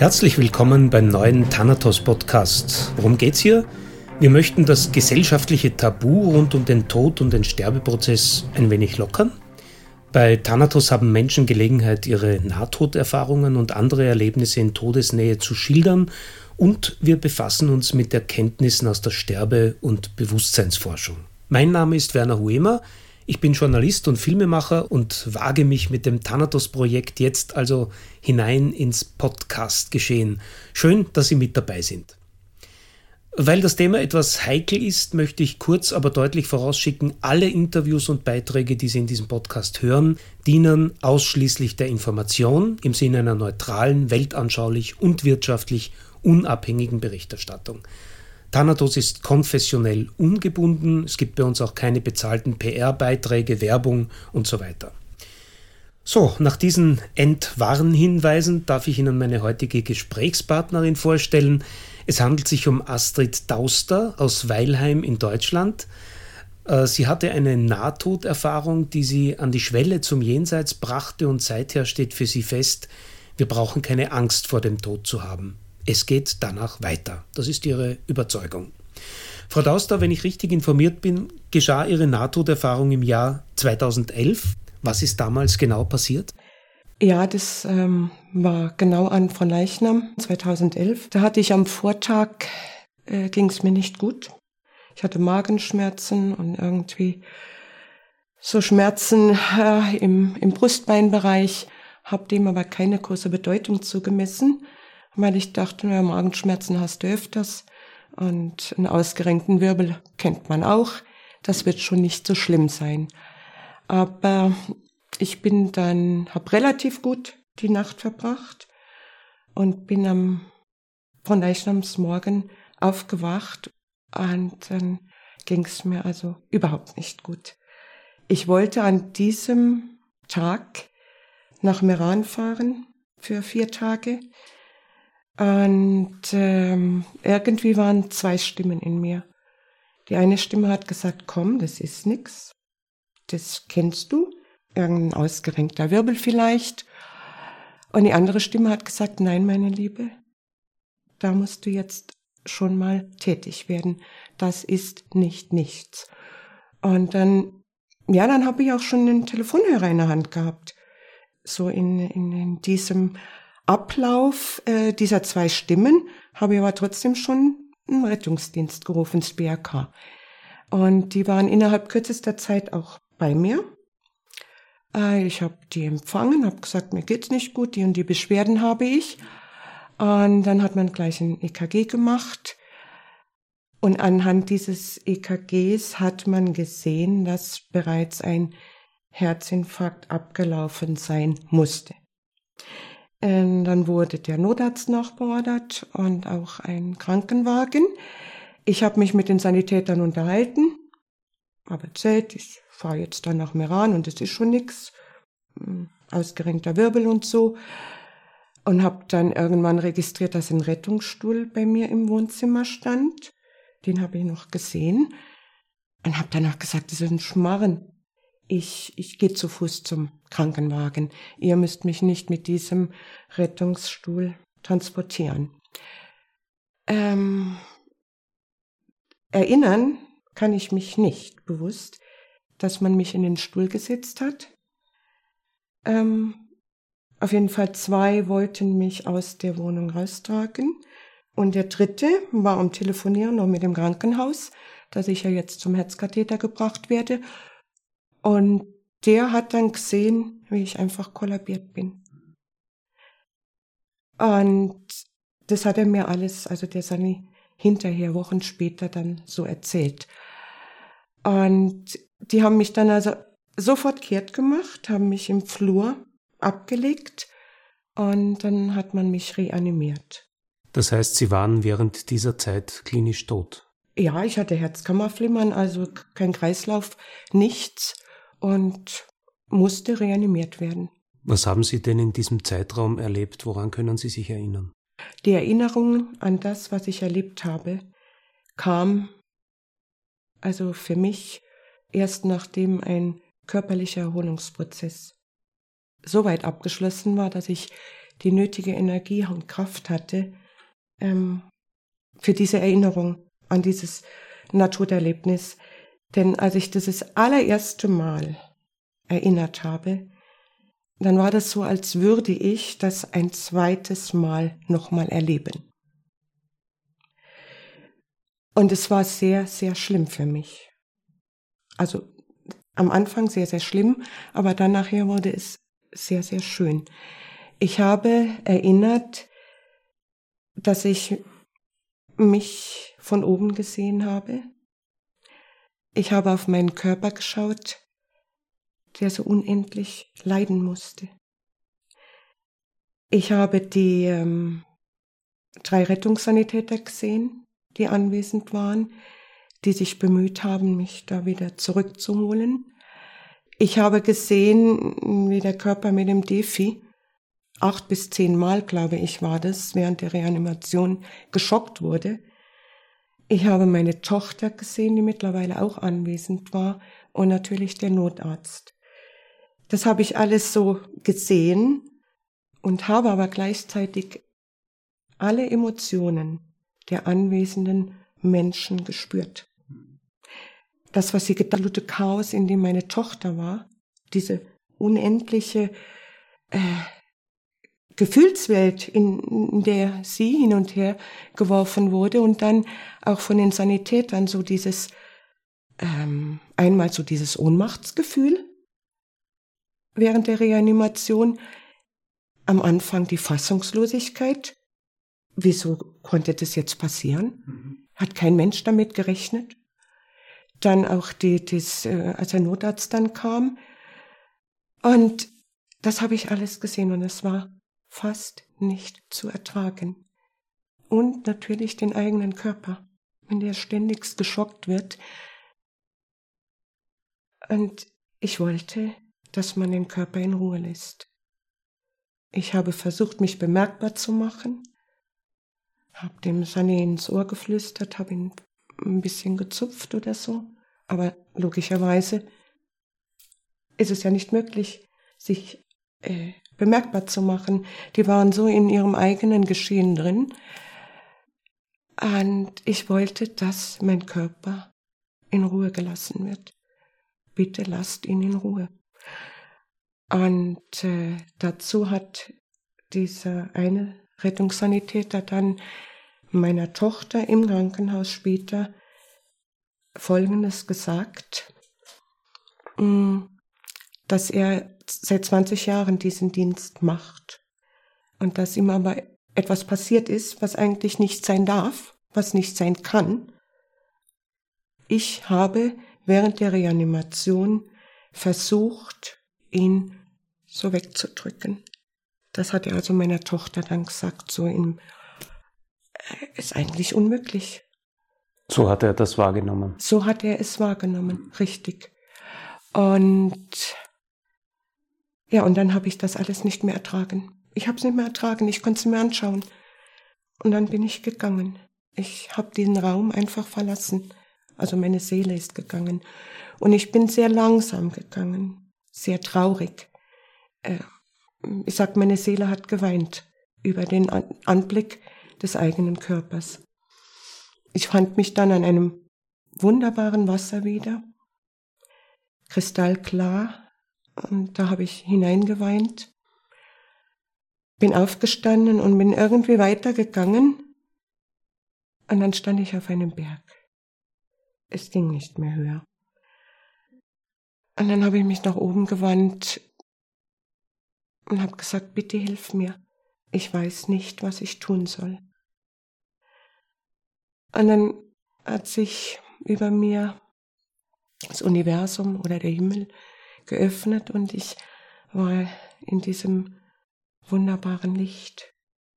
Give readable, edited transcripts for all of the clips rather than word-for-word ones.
Herzlich willkommen beim neuen Thanatos-Podcast. Worum geht's hier? Wir möchten das gesellschaftliche Tabu rund um den Tod und den Sterbeprozess ein wenig lockern. Bei Thanatos haben Menschen Gelegenheit, ihre Nahtoderfahrungen und andere Erlebnisse in Todesnähe zu schildern, und wir befassen uns mit Erkenntnissen aus der Sterbe- und Bewusstseinsforschung. Mein Name ist Werner Huemer. Ich bin Journalist und Filmemacher und wage mich mit dem Thanatos-Projekt jetzt also hinein ins Podcast-Geschehen. Schön, dass Sie mit dabei sind. Weil das Thema etwas heikel ist, möchte ich kurz, aber deutlich vorausschicken, alle Interviews und Beiträge, die Sie in diesem Podcast hören, dienen ausschließlich der Information im Sinne einer neutralen, weltanschaulich und wirtschaftlich unabhängigen Berichterstattung. Thanatos ist konfessionell ungebunden, es gibt bei uns auch keine bezahlten PR-Beiträge, Werbung und so weiter. So, nach diesen Entwarnhinweisen darf ich Ihnen meine heutige Gesprächspartnerin vorstellen. Es handelt sich um Astrid Dauster aus Weilheim in Deutschland. Sie hatte eine Nahtoderfahrung, die sie an die Schwelle zum Jenseits brachte, und seither steht für sie fest, wir brauchen keine Angst vor dem Tod zu haben. Es geht danach weiter. Das ist ihre Überzeugung. Frau Dauster, wenn ich richtig informiert bin, geschah Ihre Nahtoderfahrung im Jahr 2011. Was ist damals genau passiert? Ja, das war genau an Fronleichnam 2011. Da hatte ich am Vortag, ging es mir nicht gut. Ich hatte Magenschmerzen und irgendwie so Schmerzen im Brustbeinbereich, habe dem aber keine große Bedeutung zugemessen, weil ich dachte, ja, Magenschmerzen hast du öfters und einen ausgerenkten Wirbel kennt man auch. Das wird schon nicht so schlimm sein. Aber ich bin dann, habe relativ gut die Nacht verbracht und bin am Fronleichnamsmorgen aufgewacht und dann ging es mir also überhaupt nicht gut. Ich wollte an diesem Tag nach Meran fahren für 4 Tage. Und irgendwie waren 2 Stimmen in mir. Die eine Stimme hat gesagt, komm, das ist nix. Das kennst du. Irgendein ausgerenkter Wirbel vielleicht. Und die andere Stimme hat gesagt, nein, meine Liebe, da musst du jetzt schon mal tätig werden. Das ist nicht nichts. Und dann habe ich auch schon einen Telefonhörer in der Hand gehabt. So in diesem Ablauf dieser 2 Stimmen habe ich aber trotzdem schon einen Rettungsdienst gerufen, das BRK. Und die waren innerhalb kürzester Zeit auch bei mir. Ich habe die empfangen, habe gesagt, mir geht's nicht gut, die und die Beschwerden habe ich. Und dann hat man gleich ein EKG gemacht. Und anhand dieses EKGs hat man gesehen, dass bereits ein Herzinfarkt abgelaufen sein musste. Dann wurde der Notarzt nachbeordert und auch ein Krankenwagen. Ich habe mich mit den Sanitätern unterhalten, habe erzählt, ich fahre jetzt dann nach Meran und es ist schon nix, ausgerenkter Wirbel und so. Und habe dann irgendwann registriert, dass ein Rettungsstuhl bei mir im Wohnzimmer stand. Den habe ich noch gesehen und habe danach gesagt, das ist ein Schmarren. Ich gehe zu Fuß zum Krankenwagen. Ihr müsst mich nicht mit diesem Rettungsstuhl transportieren. Erinnern kann ich mich nicht bewusst, dass man mich in den Stuhl gesetzt hat. Auf jeden Fall 2 wollten mich aus der Wohnung raustragen. Und der 3. war am Telefonieren noch mit dem Krankenhaus, dass ich ja jetzt zum Herzkatheter gebracht werde. Und der hat dann gesehen, wie ich einfach kollabiert bin. Und das hat er mir alles, also der Sani, hinterher, Wochen später dann so erzählt. Und die haben mich dann also sofort kehrt gemacht, haben mich im Flur abgelegt und dann hat man mich reanimiert. Das heißt, Sie waren während dieser Zeit klinisch tot? Ja, ich hatte Herzkammerflimmern, also kein Kreislauf, nichts. Und musste reanimiert werden. Was haben Sie denn in diesem Zeitraum erlebt? Woran können Sie sich erinnern? Die Erinnerung an das, was ich erlebt habe, kam also für mich erst nachdem ein körperlicher Erholungsprozess so weit abgeschlossen war, dass ich die nötige Energie und Kraft hatte für diese Erinnerung an dieses Naturerlebnis. Denn als ich das allererste Mal erinnert habe, dann war das so, als würde ich das ein zweites Mal nochmal erleben. Und es war sehr, sehr schlimm für mich. Also am Anfang sehr, sehr schlimm, aber dann nachher wurde es sehr, sehr schön. Ich habe erinnert, dass ich mich von oben gesehen habe. Ich habe auf meinen Körper geschaut, der so unendlich leiden musste. Ich habe die 3 Rettungssanitäter gesehen, die anwesend waren, die sich bemüht haben, mich da wieder zurückzuholen. Ich habe gesehen, wie der Körper mit dem Defi 8 bis 10 Mal, glaube ich, war das, während der Reanimation geschockt wurde. Ich habe meine Tochter gesehen, die mittlerweile auch anwesend war, und natürlich der Notarzt. Das habe ich alles so gesehen und habe aber gleichzeitig alle Emotionen der anwesenden Menschen gespürt. Das, was sie absolute Chaos, in dem meine Tochter war, diese unendliche Gefühlswelt, in der sie hin und her geworfen wurde, und dann auch von den Sanitätern so dieses, einmal so dieses Ohnmachtsgefühl während der Reanimation, am Anfang die Fassungslosigkeit. Wieso konnte das jetzt passieren? Hat kein Mensch damit gerechnet. Dann auch als der Notarzt dann kam. Und das habe ich alles gesehen und es war fast nicht zu ertragen. Und natürlich den eigenen Körper, wenn der ständig geschockt wird. Und ich wollte, dass man den Körper in Ruhe lässt. Ich habe versucht, mich bemerkbar zu machen, habe dem Sani ins Ohr geflüstert, habe ihn ein bisschen gezupft oder so. Aber logischerweise ist es ja nicht möglich, sich bemerkbar zu machen. Die waren so in ihrem eigenen Geschehen drin. Und ich wollte, dass mein Körper in Ruhe gelassen wird. Bitte lasst ihn in Ruhe. Und dazu hat dieser eine Rettungssanitäter dann meiner Tochter im Krankenhaus später Folgendes gesagt, dass er seit 20 Jahren diesen Dienst macht und dass ihm aber etwas passiert ist, was eigentlich nicht sein darf, was nicht sein kann. Ich habe während der Reanimation versucht, ihn so wegzudrücken. Das hat er also meiner Tochter dann gesagt, so ist eigentlich unmöglich. So hat er das wahrgenommen. So hat er es wahrgenommen, richtig. Und ja, und dann habe ich das alles nicht mehr ertragen. Ich habe es nicht mehr ertragen, ich konnte es mir anschauen. Und dann bin ich gegangen. Ich habe den Raum einfach verlassen. Also meine Seele ist gegangen. Und ich bin sehr langsam gegangen, sehr traurig. Ich sag, meine Seele hat geweint über den Anblick des eigenen Körpers. Ich fand mich dann an einem wunderbaren Wasser wieder, kristallklar, und da habe ich hineingeweint, bin aufgestanden und bin irgendwie weitergegangen und dann stand ich auf einem Berg. Es ging nicht mehr höher. Und dann habe ich mich nach oben gewandt und habe gesagt, bitte hilf mir. Ich weiß nicht, was ich tun soll. Und dann hat sich über mir das Universum oder der Himmel geöffnet und ich war in diesem wunderbaren Licht.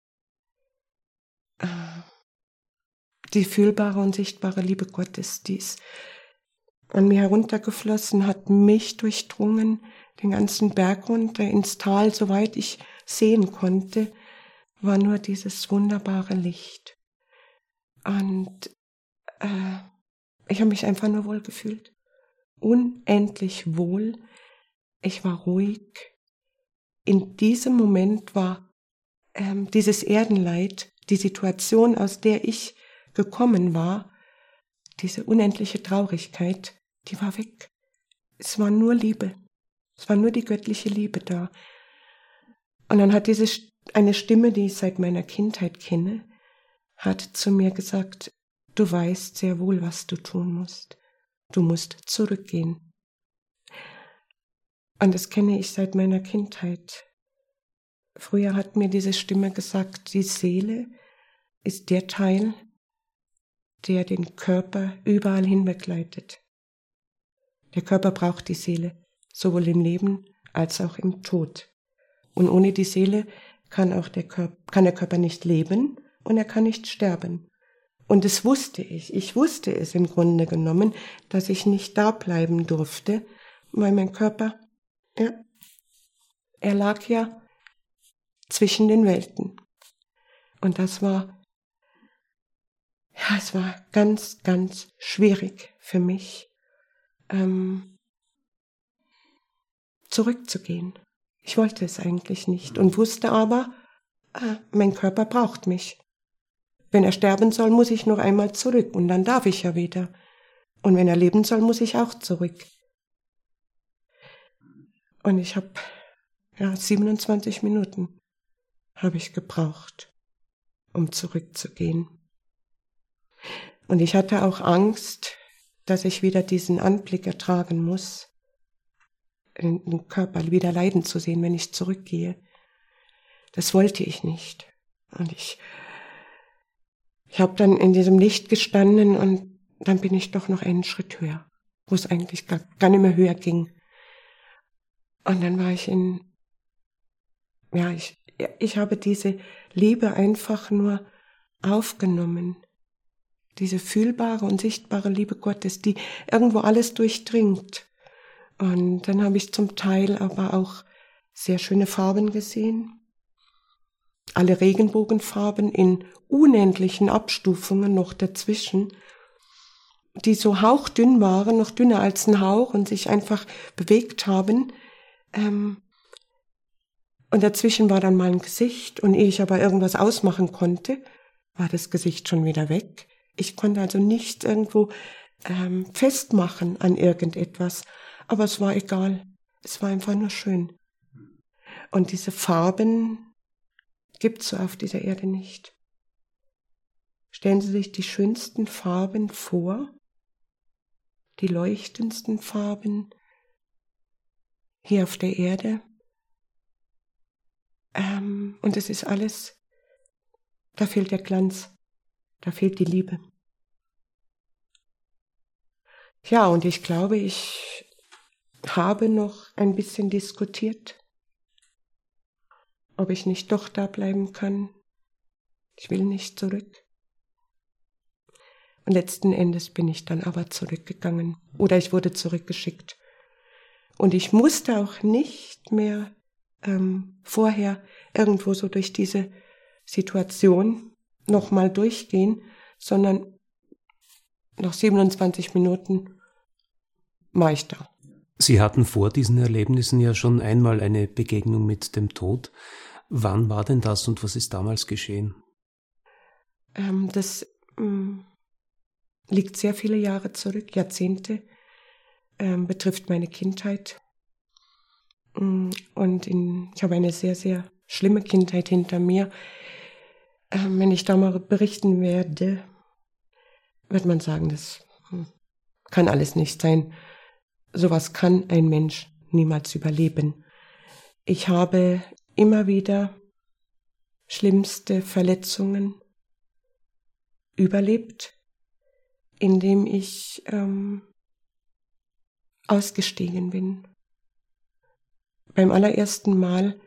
Die fühlbare und sichtbare Liebe Gottes, die ist an mir heruntergeflossen, hat mich durchdrungen, den ganzen Berg runter ins Tal, soweit ich sehen konnte, war nur dieses wunderbare Licht. Und ich habe mich einfach nur wohl gefühlt. Unendlich wohl. Ich war ruhig. In diesem Moment war dieses Erdenleid, die Situation, aus der ich gekommen war, diese unendliche Traurigkeit, die war weg. Es war nur Liebe. Es war nur die göttliche Liebe da. Und dann hat eine Stimme, die ich seit meiner Kindheit kenne, hat zu mir gesagt, du weißt sehr wohl, was du tun musst. Du musst zurückgehen. Und das kenne ich seit meiner Kindheit. Früher hat mir diese Stimme gesagt, die Seele ist der Teil, der den Körper überall hin begleitet. Der Körper braucht die Seele, sowohl im Leben als auch im Tod. Und ohne die Seele kann der Körper nicht leben und er kann nicht sterben. Und das wusste ich. Ich wusste es im Grunde genommen, dass ich nicht da bleiben durfte, weil mein Körper, er lag ja zwischen den Welten. Und es war ganz, ganz schwierig für mich, zurückzugehen. Ich wollte es eigentlich nicht und wusste aber, mein Körper braucht mich. Wenn er sterben soll, muss ich noch einmal zurück und dann darf ich ja wieder. Und wenn er leben soll, muss ich auch zurück. Und ich habe 27 Minuten habe ich gebraucht, um zurückzugehen. Und ich hatte auch Angst, dass ich wieder diesen Anblick ertragen muss, den Körper wieder leiden zu sehen, wenn ich zurückgehe. Das wollte ich nicht. Und ich habe dann in diesem Licht gestanden und dann bin ich doch noch einen Schritt höher, wo es eigentlich gar nicht mehr höher ging. Und dann war ich ich habe diese Liebe einfach nur aufgenommen. Diese fühlbare und sichtbare Liebe Gottes, die irgendwo alles durchdringt. Und dann habe ich zum Teil aber auch sehr schöne Farben gesehen. Alle Regenbogenfarben in unendlichen Abstufungen noch dazwischen, die so hauchdünn waren, noch dünner als ein Hauch und sich einfach bewegt haben. Und dazwischen war dann mal ein Gesicht und ehe ich aber irgendwas ausmachen konnte, war das Gesicht schon wieder weg. Ich konnte also nicht irgendwo festmachen an irgendetwas, aber es war egal. Es war einfach nur schön. Und diese Farben gibt's so auf dieser Erde nicht. Stellen Sie sich die schönsten Farben vor, die leuchtendsten Farben hier auf der Erde. Und es ist alles, da fehlt der Glanz, da fehlt die Liebe. Ja, und ich glaube, ich habe noch ein bisschen diskutiert, ob ich nicht doch da bleiben kann. Ich will nicht zurück. Und letzten Endes bin ich dann aber zurückgegangen. Oder ich wurde zurückgeschickt. Und ich musste auch nicht mehr vorher irgendwo so durch diese Situation nochmal durchgehen, sondern nach 27 Minuten war ich da. Sie hatten vor diesen Erlebnissen ja schon einmal eine Begegnung mit dem Tod. Wann war denn das und was ist damals geschehen? Das liegt sehr viele Jahre zurück, Jahrzehnte, betrifft meine Kindheit. Und ich habe eine sehr, sehr schlimme Kindheit hinter mir. Wenn ich da mal berichten werde, wird man sagen, das kann alles nicht sein. Sowas kann ein Mensch niemals überleben. Ich habe immer wieder schlimmste Verletzungen überlebt, indem ich ausgestiegen bin. Beim allerersten Mal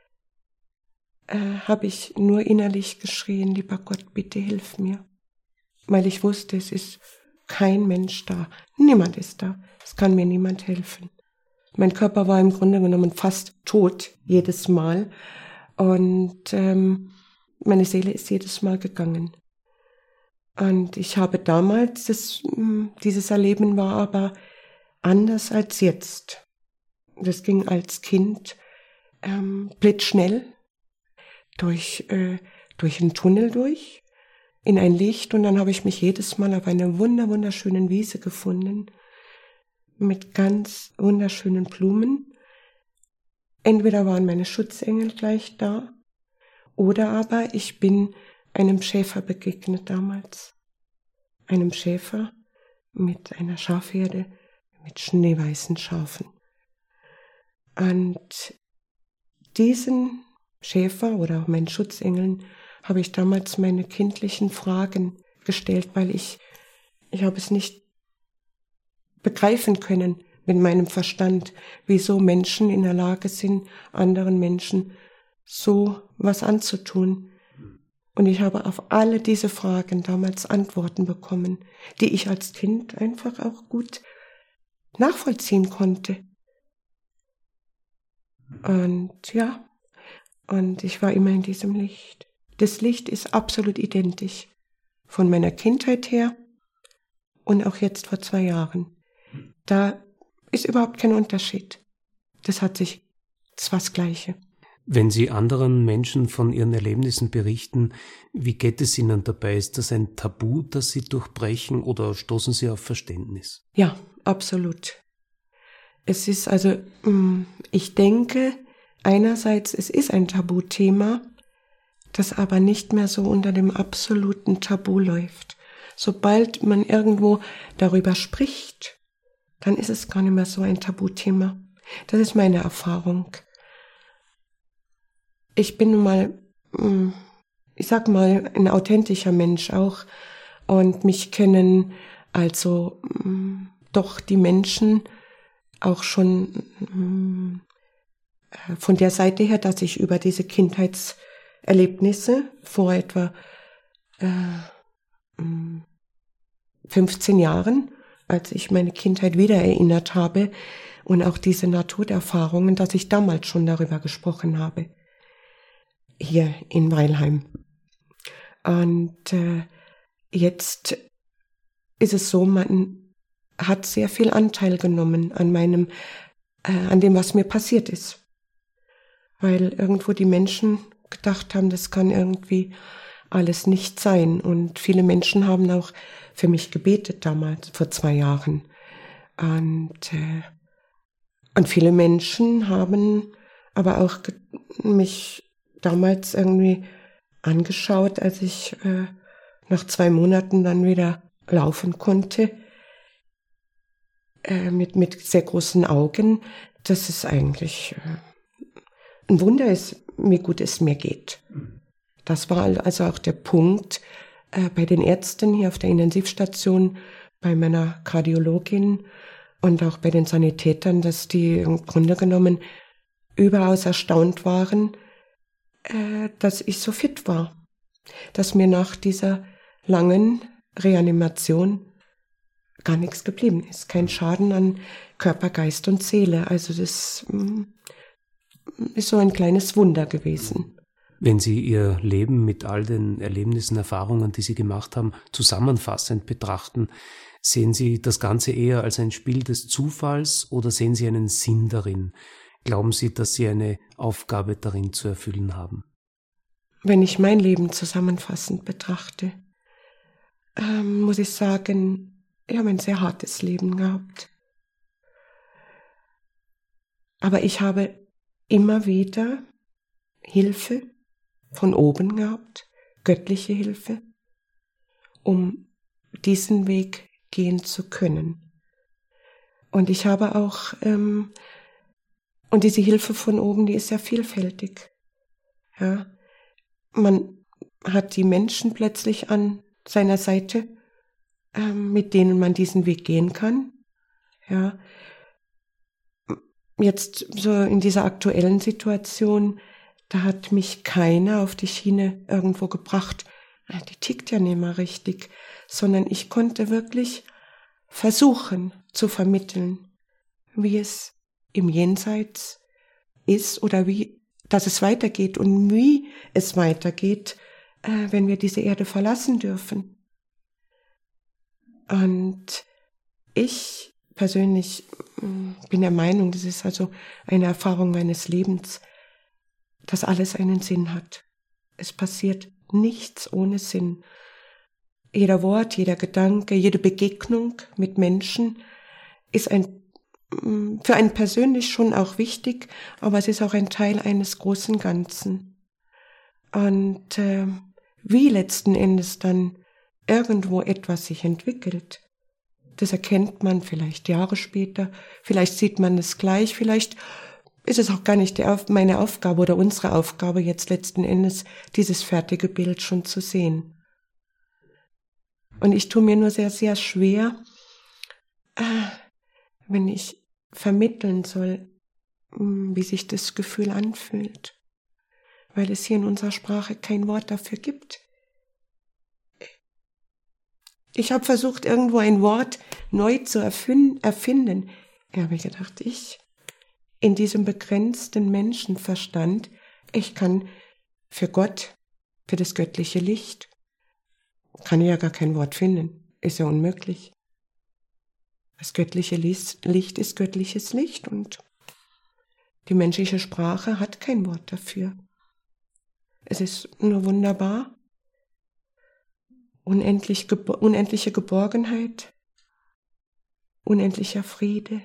habe ich nur innerlich geschrien, lieber Gott, bitte hilf mir. Weil ich wusste, es ist kein Mensch da. Niemand ist da. Es kann mir niemand helfen. Mein Körper war im Grunde genommen fast tot, jedes Mal. Und meine Seele ist jedes Mal gegangen. Und ich habe damals, dieses Erleben war aber anders als jetzt. Das ging als Kind blitzschnell. durch einen Tunnel durch, in ein Licht, und dann habe ich mich jedes Mal auf einer wunderschönen Wiese gefunden, mit ganz wunderschönen Blumen. Entweder waren meine Schutzengel gleich da, oder aber ich bin einem Schäfer begegnet damals. Einem Schäfer mit einer Schafherde, mit schneeweißen Schafen. Und diesen Schäfer oder auch meinen Schutzengeln habe ich damals meine kindlichen Fragen gestellt, weil ich habe es nicht begreifen können mit meinem Verstand, wieso Menschen in der Lage sind, anderen Menschen so was anzutun. Und ich habe auf alle diese Fragen damals Antworten bekommen, die ich als Kind einfach auch gut nachvollziehen konnte. Und ja, und ich war immer in diesem Licht. Das Licht ist absolut identisch von meiner Kindheit her und auch jetzt vor 2 Jahren. Da ist überhaupt kein Unterschied. Das ist das Gleiche. Wenn Sie anderen Menschen von Ihren Erlebnissen berichten, wie geht es Ihnen dabei? Ist das ein Tabu, das Sie durchbrechen, oder stoßen Sie auf Verständnis? Ja, absolut. Es ist also, ich denke, einerseits, es ist ein Tabuthema, das aber nicht mehr so unter dem absoluten Tabu läuft. Sobald man irgendwo darüber spricht, dann ist es gar nicht mehr so ein Tabuthema. Das ist meine Erfahrung. Ich bin nun mal, ich sag mal, ein authentischer Mensch auch, und mich kennen also doch die Menschen auch schon von der Seite her, dass ich über diese Kindheitserlebnisse vor etwa 15 Jahren, als ich meine Kindheit wieder erinnert habe, und auch diese Nahtoderfahrungen, dass ich damals schon darüber gesprochen habe, hier in Weilheim. Und jetzt ist es so, man hat sehr viel Anteil genommen an dem, was mir passiert ist. Weil irgendwo die Menschen gedacht haben, das kann irgendwie alles nicht sein. Und viele Menschen haben auch für mich gebetet damals, vor 2 Jahren. Und viele Menschen haben aber auch mich damals irgendwie angeschaut, als ich nach 2 Monaten dann wieder laufen konnte, mit sehr großen Augen, dass es eigentlich ein Wunder ist, wie gut es mir geht. Das war also auch der Punkt bei den Ärzten hier auf der Intensivstation, bei meiner Kardiologin und auch bei den Sanitätern, dass die im Grunde genommen überaus erstaunt waren, dass ich so fit war. Dass mir nach dieser langen Reanimation gar nichts geblieben ist. Kein Schaden an Körper, Geist und Seele. Also das ist so ein kleines Wunder gewesen. Wenn Sie Ihr Leben mit all den Erlebnissen, Erfahrungen, die Sie gemacht haben, zusammenfassend betrachten, sehen Sie das Ganze eher als ein Spiel des Zufalls oder sehen Sie einen Sinn darin? Glauben Sie, dass Sie eine Aufgabe darin zu erfüllen haben? Wenn ich mein Leben zusammenfassend betrachte, muss ich sagen, ich habe ein sehr hartes Leben gehabt. Aber ich habe immer wieder Hilfe von oben gehabt, göttliche Hilfe, um diesen Weg gehen zu können. Und ich habe auch, und diese Hilfe von oben, die ist sehr vielfältig. Ja, man hat die Menschen plötzlich an seiner Seite, mit denen man diesen Weg gehen kann. Ja, jetzt so in dieser aktuellen Situation, da hat mich keiner auf die Schiene irgendwo gebracht. Die tickt ja nicht mehr richtig, sondern ich konnte wirklich versuchen zu vermitteln, wie es im Jenseits ist oder dass es weitergeht und wie es weitergeht, wenn wir diese Erde verlassen dürfen. Und ich persönlich bin der Meinung, das ist also eine Erfahrung meines Lebens, dass alles einen Sinn hat. Es passiert nichts ohne Sinn. Jeder Wort, jeder Gedanke, jede Begegnung mit Menschen ist für einen persönlich schon auch wichtig, aber es ist auch ein Teil eines großen Ganzen. Und wie letzten Endes dann irgendwo etwas sich entwickelt, das erkennt man vielleicht Jahre später, vielleicht sieht man es gleich, vielleicht ist es auch gar nicht meine Aufgabe oder unsere Aufgabe, jetzt letzten Endes dieses fertige Bild schon zu sehen. Und ich tue mir nur sehr, sehr schwer, wenn ich vermitteln soll, wie sich das Gefühl anfühlt, weil es hier in unserer Sprache kein Wort dafür gibt. Ich habe versucht, irgendwo ein Wort neu zu erfinden. Ich habe gedacht, in diesem begrenzten Menschenverstand, ich kann für Gott, für das göttliche Licht, kann ich ja gar kein Wort finden. Ist ja unmöglich. Das göttliche Licht ist göttliches Licht und die menschliche Sprache hat kein Wort dafür. Es ist nur wunderbar. Unendliche Geborgenheit, unendlicher Friede,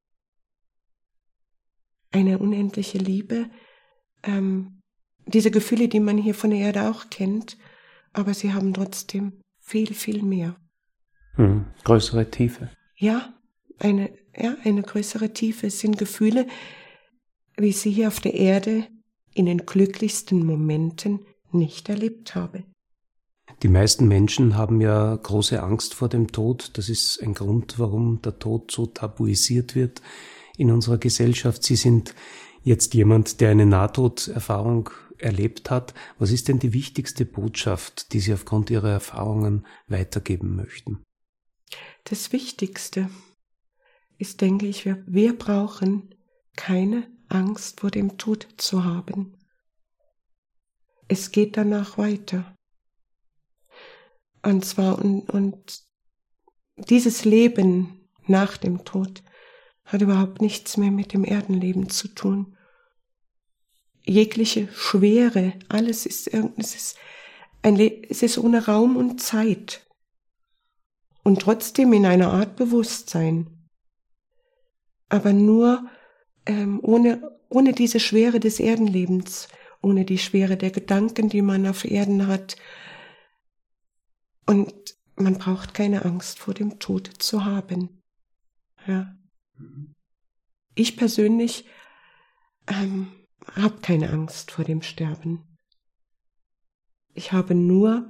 eine unendliche Liebe, diese Gefühle, die man hier von der Erde auch kennt, aber sie haben trotzdem viel, viel mehr. Größere Tiefe. Ja, eine größere Tiefe. Es sind Gefühle, wie ich sie hier auf der Erde in den glücklichsten Momenten nicht erlebt habe. Die meisten Menschen haben ja große Angst vor dem Tod. Das ist ein Grund, warum der Tod so tabuisiert wird in unserer Gesellschaft. Sie sind jetzt jemand, der eine Nahtoderfahrung erlebt hat. Was ist denn die wichtigste Botschaft, die Sie aufgrund Ihrer Erfahrungen weitergeben möchten? Das Wichtigste ist, denke ich, wir brauchen keine Angst vor dem Tod zu haben. Es geht danach weiter. Und zwar, und dieses Leben nach dem Tod hat überhaupt nichts mehr mit dem Erdenleben zu tun. Jegliche Schwere, alles es ist ohne Raum und Zeit. Und trotzdem in einer Art Bewusstsein. Aber nur ohne diese Schwere des Erdenlebens, ohne die Schwere der Gedanken, die man auf Erden hat. Und man braucht keine Angst vor dem Tod zu haben. Ja. Ich persönlich habe keine Angst vor dem Sterben. Ich habe nur,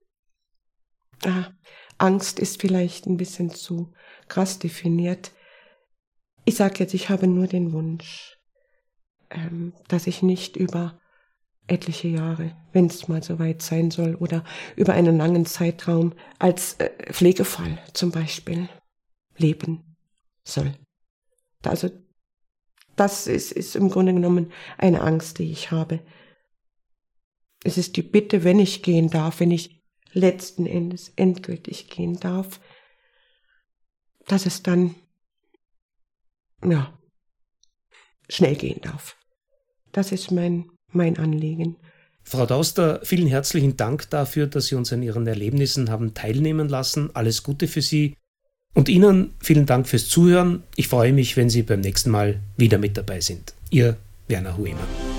Angst ist vielleicht ein bisschen zu krass definiert. Ich sage jetzt, ich habe nur den Wunsch, dass ich nicht über etliche Jahre, wenn es mal so weit sein soll, oder über einen langen Zeitraum als Pflegefall zum Beispiel leben soll. Also das ist im Grunde genommen eine Angst, die ich habe. Es ist die Bitte, wenn ich gehen darf, wenn ich letzten Endes endgültig gehen darf, dass es dann schnell gehen darf. Das ist mein Anliegen. Frau Dauster, vielen herzlichen Dank dafür, dass Sie uns an Ihren Erlebnissen haben teilnehmen lassen. Alles Gute für Sie. Und Ihnen vielen Dank fürs Zuhören. Ich freue mich, wenn Sie beim nächsten Mal wieder mit dabei sind. Ihr Werner Huemer.